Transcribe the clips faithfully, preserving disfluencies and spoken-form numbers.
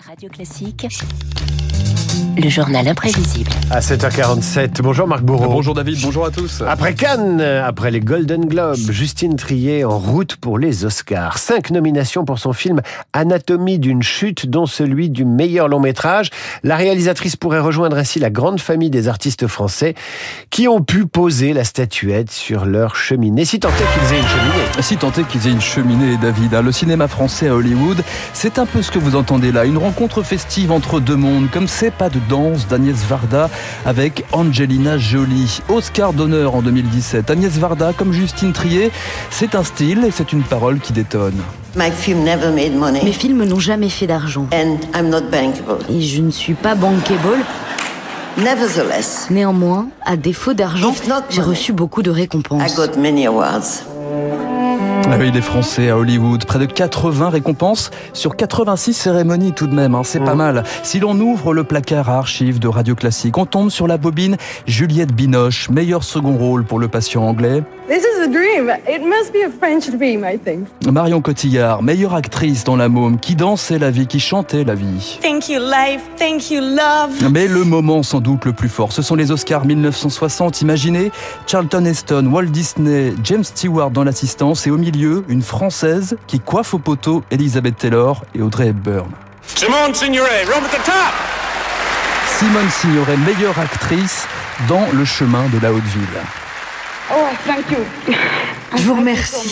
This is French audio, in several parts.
Radio Classique, le journal imprévisible. À sept heures quarante-sept, bonjour Marc Bourreau. Bonjour David, bonjour à tous. Après Cannes, après les Golden Globes, Justine Triet en route pour les Oscars. Cinq nominations pour son film Anatomie d'une chute, dont celui du meilleur long métrage. La réalisatrice pourrait rejoindre ainsi la grande famille des artistes français qui ont pu poser la statuette sur leur cheminée. Si tant est qu'ils aient une cheminée. Si tant est qu'ils aient une cheminée, David. Le cinéma français à Hollywood, c'est un peu ce que vous entendez là. Une rencontre festive entre deux mondes, comme C'est pas de danse d'Agnès Varda avec Angelina Jolie. Oscar d'honneur en deux mille dix-sept. Agnès Varda comme Justine Triet, c'est un style et c'est une parole qui détonne. My film never made money. Mes films n'ont jamais fait d'argent. And I'm not bankable. Et je ne suis pas bankable. Nevertheless, Néanmoins, à défaut d'argent, If not j'ai money, reçu beaucoup de récompenses. I got many awards. Ah oui, les Français à Hollywood, près de quatre-vingts récompenses sur quatre-vingt-six cérémonies tout de même, hein, c'est mmh. pas mal. Si l'on ouvre le placard à archives de Radio Classique, on tombe sur la bobine Juliette Binoche, meilleur second rôle pour Le Patient anglais. This is a dream. It must be a French dream, I think. Marion Cotillard, meilleure actrice dans La Môme, qui dansait la vie, qui chantait la vie. Thank you life, thank you love. Mais le moment sans doute le plus fort, ce sont les Oscars mille neuf cent soixante. Imaginez Charlton Heston, Walt Disney, James Stewart dans l'assistance et au milieu, une Française qui coiffe au poteau Elizabeth Taylor et Audrey Hepburn. Simone Signoret, room at the top. Simone Signoret, meilleure actrice dans Le chemin de la haute ville. Oh, thank you. Je vous remercie.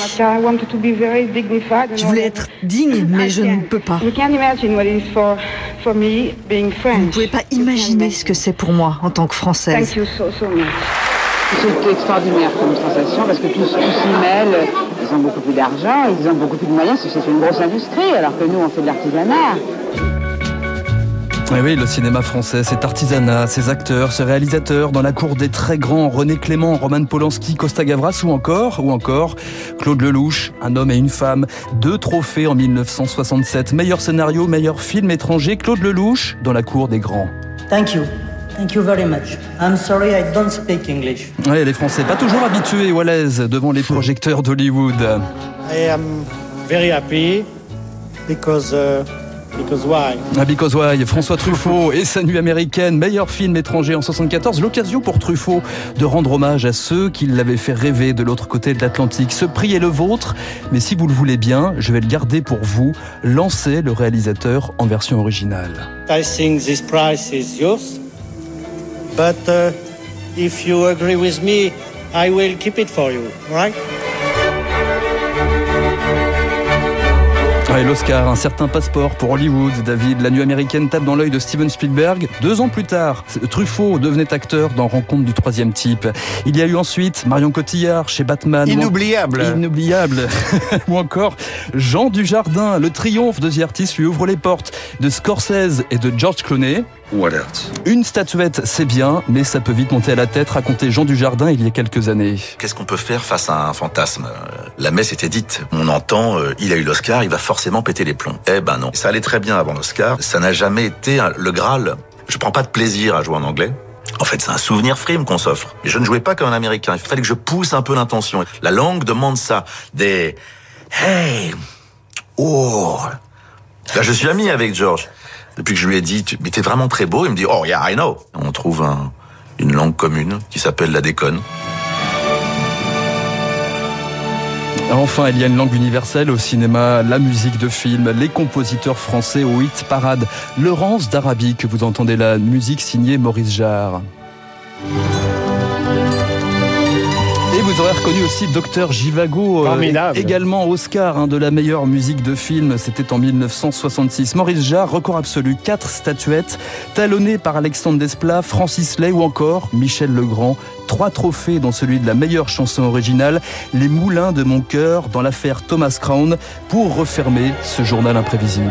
Je voulais être digne, mais je ne peux pas. Vous ne pouvez pas imaginer ce que c'est pour moi en tant que Française. C'est extraordinaire comme sensation parce que tous, tous s'y mêlent, ils ont beaucoup plus d'argent, ils ont beaucoup plus de moyens, c'est une grosse industrie, alors que nous on fait de l'artisanat. Oui, oui, le cinéma français, cet artisanat, ces acteurs, ces réalisateurs, dans la cour des très grands, René Clément, Roman Polanski, Costa Gavras ou encore, ou encore, Claude Lelouch, Un homme et une femme, deux trophées en mille neuf cent soixante-sept, meilleur scénario, meilleur film étranger, Claude Lelouch, dans la cour des grands. Thank you. Thank you very much. I'm sorry I don't speak English. Oui, les Français, pas toujours habitués ou à l'aise devant les projecteurs d'Hollywood. I am very happy because... Uh... Because why? Ah, because why? François Truffaut et sa nuit américaine, meilleur film étranger en soixante-quatorze. L'occasion pour Truffaut de rendre hommage à ceux qui l'avaient fait rêver de l'autre côté de l'Atlantique. Ce prix est le vôtre, mais si vous le voulez bien, je vais le garder pour vous. Lancez le réalisateur en version originale. I think this prize is yours, but uh, if you agree with me, I will keep it for you, right? Ouais, l'Oscar, un certain passeport pour Hollywood. David, la nuit américaine tape dans l'œil de Steven Spielberg. Deux ans plus tard, Truffaut devenait acteur dans Rencontre du troisième type. Il y a eu ensuite Marion Cotillard chez Batman. Inoubliable. Ou... Inoubliable. Ou encore Jean Dujardin. Le triomphe de The Artist lui ouvre les portes de Scorsese et de George Clooney. What else? Une statuette, c'est bien, mais ça peut vite monter à la tête, racontait Jean Dujardin il y a quelques années. Qu'est-ce qu'on peut faire face à un fantasme? La messe était dite. On entend, euh, il a eu l'Oscar, il va forcément péter les plombs. Eh ben non. Ça allait très bien avant l'Oscar. Ça n'a jamais été un, le Graal. Je prends pas de plaisir à jouer en anglais. En fait, c'est un souvenir frime qu'on s'offre. Mais je ne jouais pas comme un Américain. Il fallait que je pousse un peu l'intention. La langue demande ça. Des hey, oh. Là, je suis ami avec George. Depuis que je lui ai dit, mais t'es vraiment très beau, il me dit, oh yeah, I know. On trouve un, une langue commune qui s'appelle la déconne. Enfin, il y a une langue universelle au cinéma, la musique de film, les compositeurs français au hit parade. Laurence d'Arabie, que vous entendez la musique signée Maurice Jarre. Et vous aurez reconnu aussi Docteur Zhivago, euh, également Oscar hein, de la meilleure musique de film, c'était en mille neuf cent soixante-six. Maurice Jarre, record absolu, quatre statuettes, talonnées par Alexandre Desplat, Francis Lay ou encore Michel Legrand. Trois trophées dont celui de la meilleure chanson originale, Les Moulins de mon cœur dans l'affaire Thomas Crown, pour refermer ce journal imprévisible.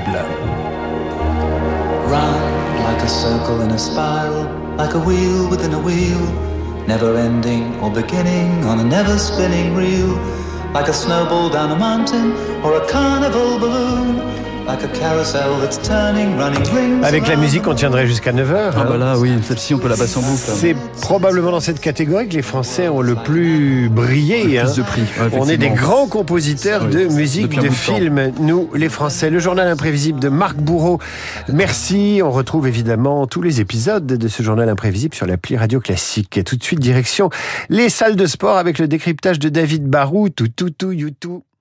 Round like a circle in a spiral, like a wheel within a wheel. Never ending or beginning on a never spinning reel, like a snowball down a mountain or a carnival balloon. like a carousel that's turning, running rings. Avec la musique, on tiendrait jusqu'à neuf heures. Ah bah là, oui, celle-ci, on peut la passer en boucle. C'est probablement dans cette catégorie que les Français ont le plus brillé. Le hein. plus de prix. Ouais, on est des grands compositeurs oui, de musique, de films, nous, les Français. Le journal imprévisible de Marc Bourreau. Merci. On retrouve évidemment tous les épisodes de ce journal imprévisible sur l'appli Radio Classique. Et tout de suite, direction les salles de sport avec le décryptage de David Barou. Tout, tout, tout, you, tout.